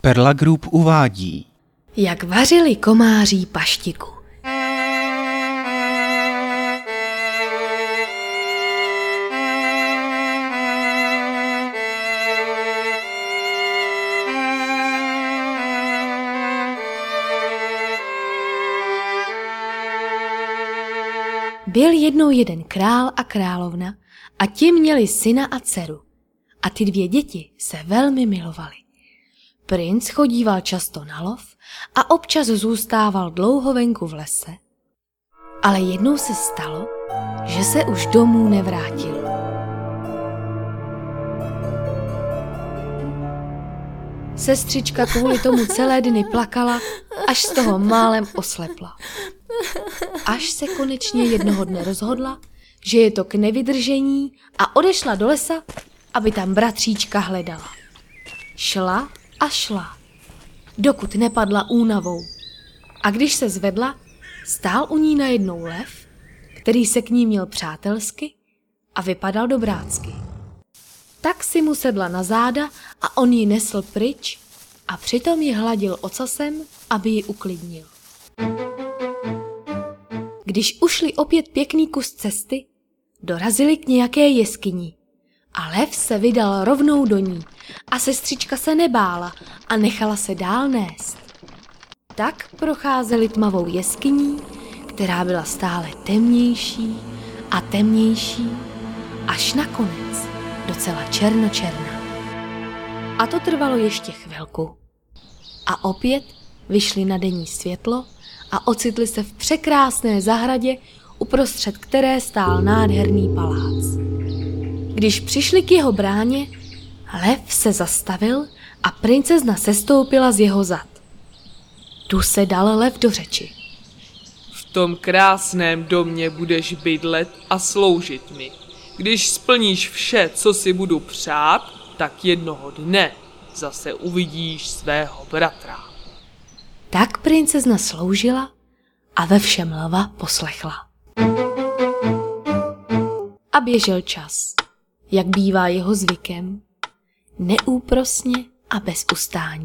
Perla Group uvádí. Jak vařili komáří paštiku. Byl jednou jeden král a královna a ti měli syna a dceru. A ty dvě děti se velmi milovali. Princ chodíval často na lov a občas zůstával dlouho venku v lese. Ale jednou se stalo, že se už domů nevrátil. Sestřička kvůli tomu celé dny plakala, až z toho málem oslepla. Až se konečně jednoho dne rozhodla, že je to k nevydržení a odešla do lesa, aby tam bratříčka hledala. Šla a šla, dokud nepadla únavou. A když se zvedla, stál u ní najednou lev, který se k ní měl přátelsky a vypadal dobrácky. Tak si mu sedla na záda a on ji nesl pryč a přitom ji hladil ocasem, aby ji uklidnil. Když ušli opět pěkný kus cesty, dorazili k nějaké jeskyni a lev se vydal rovnou do ní a sestřička se nebála a nechala se dál nést. Tak procházeli tmavou jeskyní, která byla stále temnější a temnější, až nakonec docela černočerná. A to trvalo ještě chvilku. A opět vyšli na denní světlo a ocitli se v překrásné zahradě, uprostřed které stál nádherný palác. Když přišli k jeho bráně, lev se zastavil a princezna sestoupila z jeho zad. Tu se dal lev do řeči. V tom krásném domě budeš bydlet a sloužit mi. Když splníš vše, co si budu přát, tak jednoho dne zase uvidíš svého bratra. Tak princezna sloužila a ve všem lva poslechla. A běžel čas, jak bývá jeho zvykem, neúprosně a bez ustání.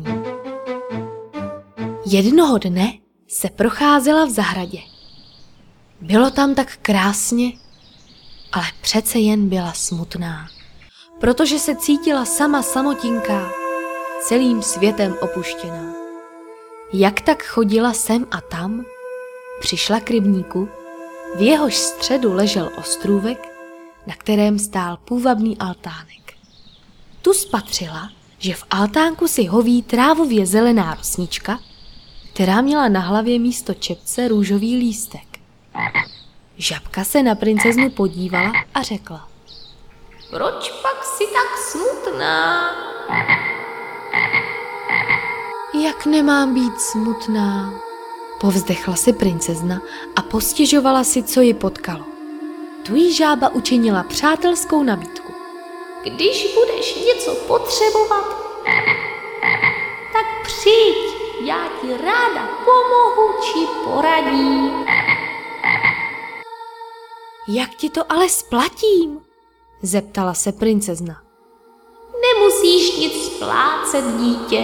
Jednoho dne se procházela v zahradě. Bylo tam tak krásně, ale přece jen byla smutná, protože se cítila sama samotinká, celým světem opuštěná. Jak tak chodila sem a tam, přišla k rybníku, v jehož středu ležel ostrůvek, na kterém stál půvabný altánek. Tu spatřila, že v altánku si hoví trávově zelená rosnička, která měla na hlavě místo čepce růžový lístek. Žabka se na princeznu podívala a řekla: Proč pak jsi tak smutná? Jak nemám být smutná? Povzdechla si princezna a postěžovala si, co ji potkalo. Tu jí žába učinila přátelskou nabídku. Když budeš něco potřebovat, tak přijď, já ti ráda pomohu či poradím. Jak ti to ale splatím? Zeptala se princezna. Nemusíš nic splácet, dítě,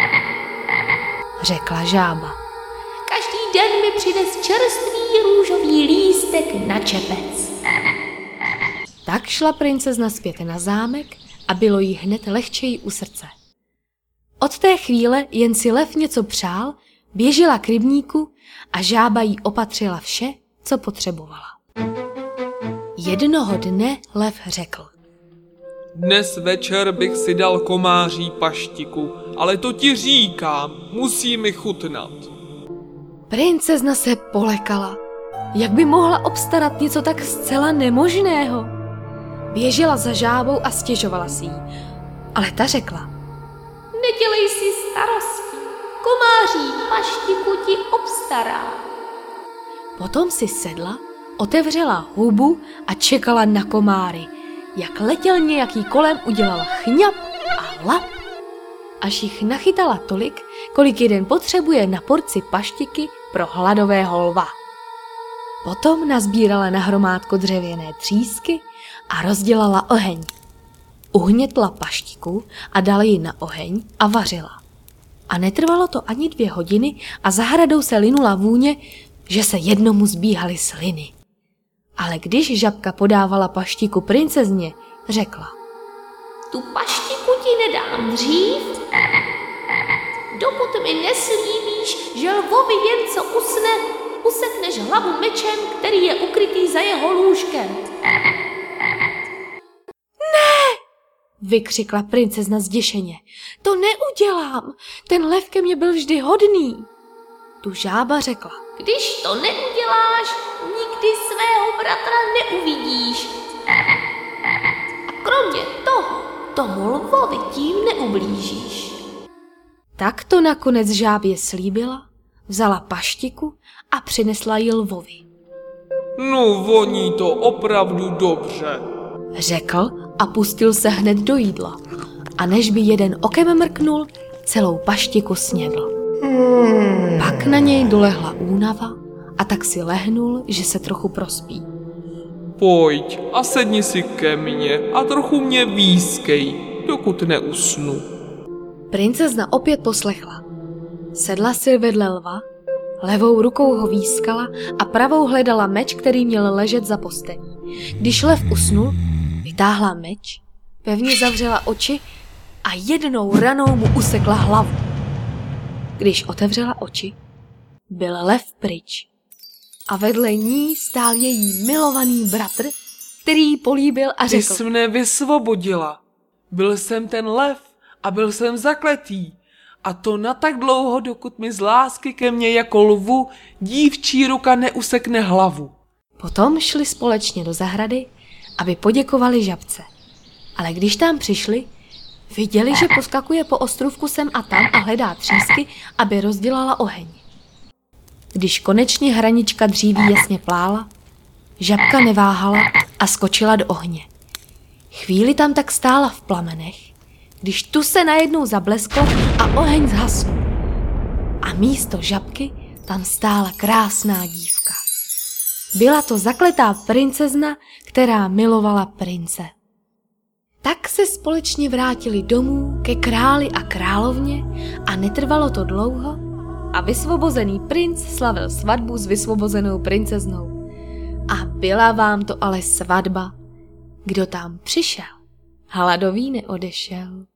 řekla žába. Každý den mi přines čerstvý růžový lístek na čepec. Tak šla princezna zpět na zámek a bylo jí hned lehčeji u srdce. Od té chvíle, jen si lev něco přál, běžela k rybníku a žába jí opatřila vše, co potřebovala. Jednoho dne lev řekl: Dnes večer bych si dal komáří paštiku, ale to ti říkám, musí mi chutnat. Princezna se polekala. Jak by mohla obstarat něco tak zcela nemožného? Běžela za žábou a stěžovala si jí. Ale ta řekla: Nedělej si starosti, komáří paštiku ti obstará. Potom si sedla, otevřela hubu a čekala na komáry. Jak letěl nějaký kolem, udělala chňap a lap, až jich nachytala tolik, kolik jeden potřebuje na porci paštiky pro hladového lva. Potom nazbírala na hromádko dřevěné třísky a rozdělala oheň. Uhnětla paštiku a dala ji na oheň a vařila. A netrvalo to ani 2 hodiny a zahradou se linula vůně, že se jednomu zbíhaly sliny. Ale když žabka podávala paštiku princezně, řekla: Tu paštiku ti nedám dřív, dokud mi neslíbíš, že lvovi jen co usne, usekneš hlavu mečem, který je ukrytý za jeho lůžkem. Vykřikla princezna zděšeně. To neudělám, ten lev ke mně byl vždy hodný. Tu žába řekla: Když to neuděláš, nikdy svého bratra neuvidíš. A kromě toho, tomu lvovi tím neublížíš. Tak to nakonec žábě slíbila, vzala paštiku a přinesla ji lvovi. No, voní to opravdu dobře, Řekl a pustil se hned do jídla. A než by jeden okem mrknul, celou paštiku snědl. Pak na něj dolehla únava a tak si lehnul, že se trochu prospí. Pojď a sedni si ke mně a trochu mě výskej, dokud neusnu. Princezna opět poslechla. Sedla si vedle lva, levou rukou ho výskala a pravou hledala meč, který měl ležet za postení. Když lev usnul, vytáhla meč, pevně zavřela oči a jednou ranou mu usekla hlavu. Když otevřela oči, byl lev pryč a vedle ní stál její milovaný bratr, který ji políbil a Ty řekl: jsi mne vysvobodila. Byl jsem ten lev a byl jsem zakletý. A to na tak dlouho, dokud mi z lásky ke mně jako lvu dívčí ruka neusekne hlavu. Potom šli společně do zahrady, aby poděkovali žabce. Ale když tam přišli, viděli, že poskakuje po ostrůvku sem a tam a hledá třísky, aby rozdělala oheň. Když konečně hranička dříví jasně plála, žabka neváhala a skočila do ohně. Chvíli tam tak stála v plamenech, když tu se najednou zablesklo a oheň zhasl. A místo žabky tam stála krásná dívka. Byla to zakletá princezna, která milovala prince. Tak se společně vrátili domů ke králi a královně a netrvalo to dlouho a vysvobozený princ slavil svatbu s vysvobozenou princeznou. A byla vám to ale svatba. Kdo tam přišel, hladový neodešel.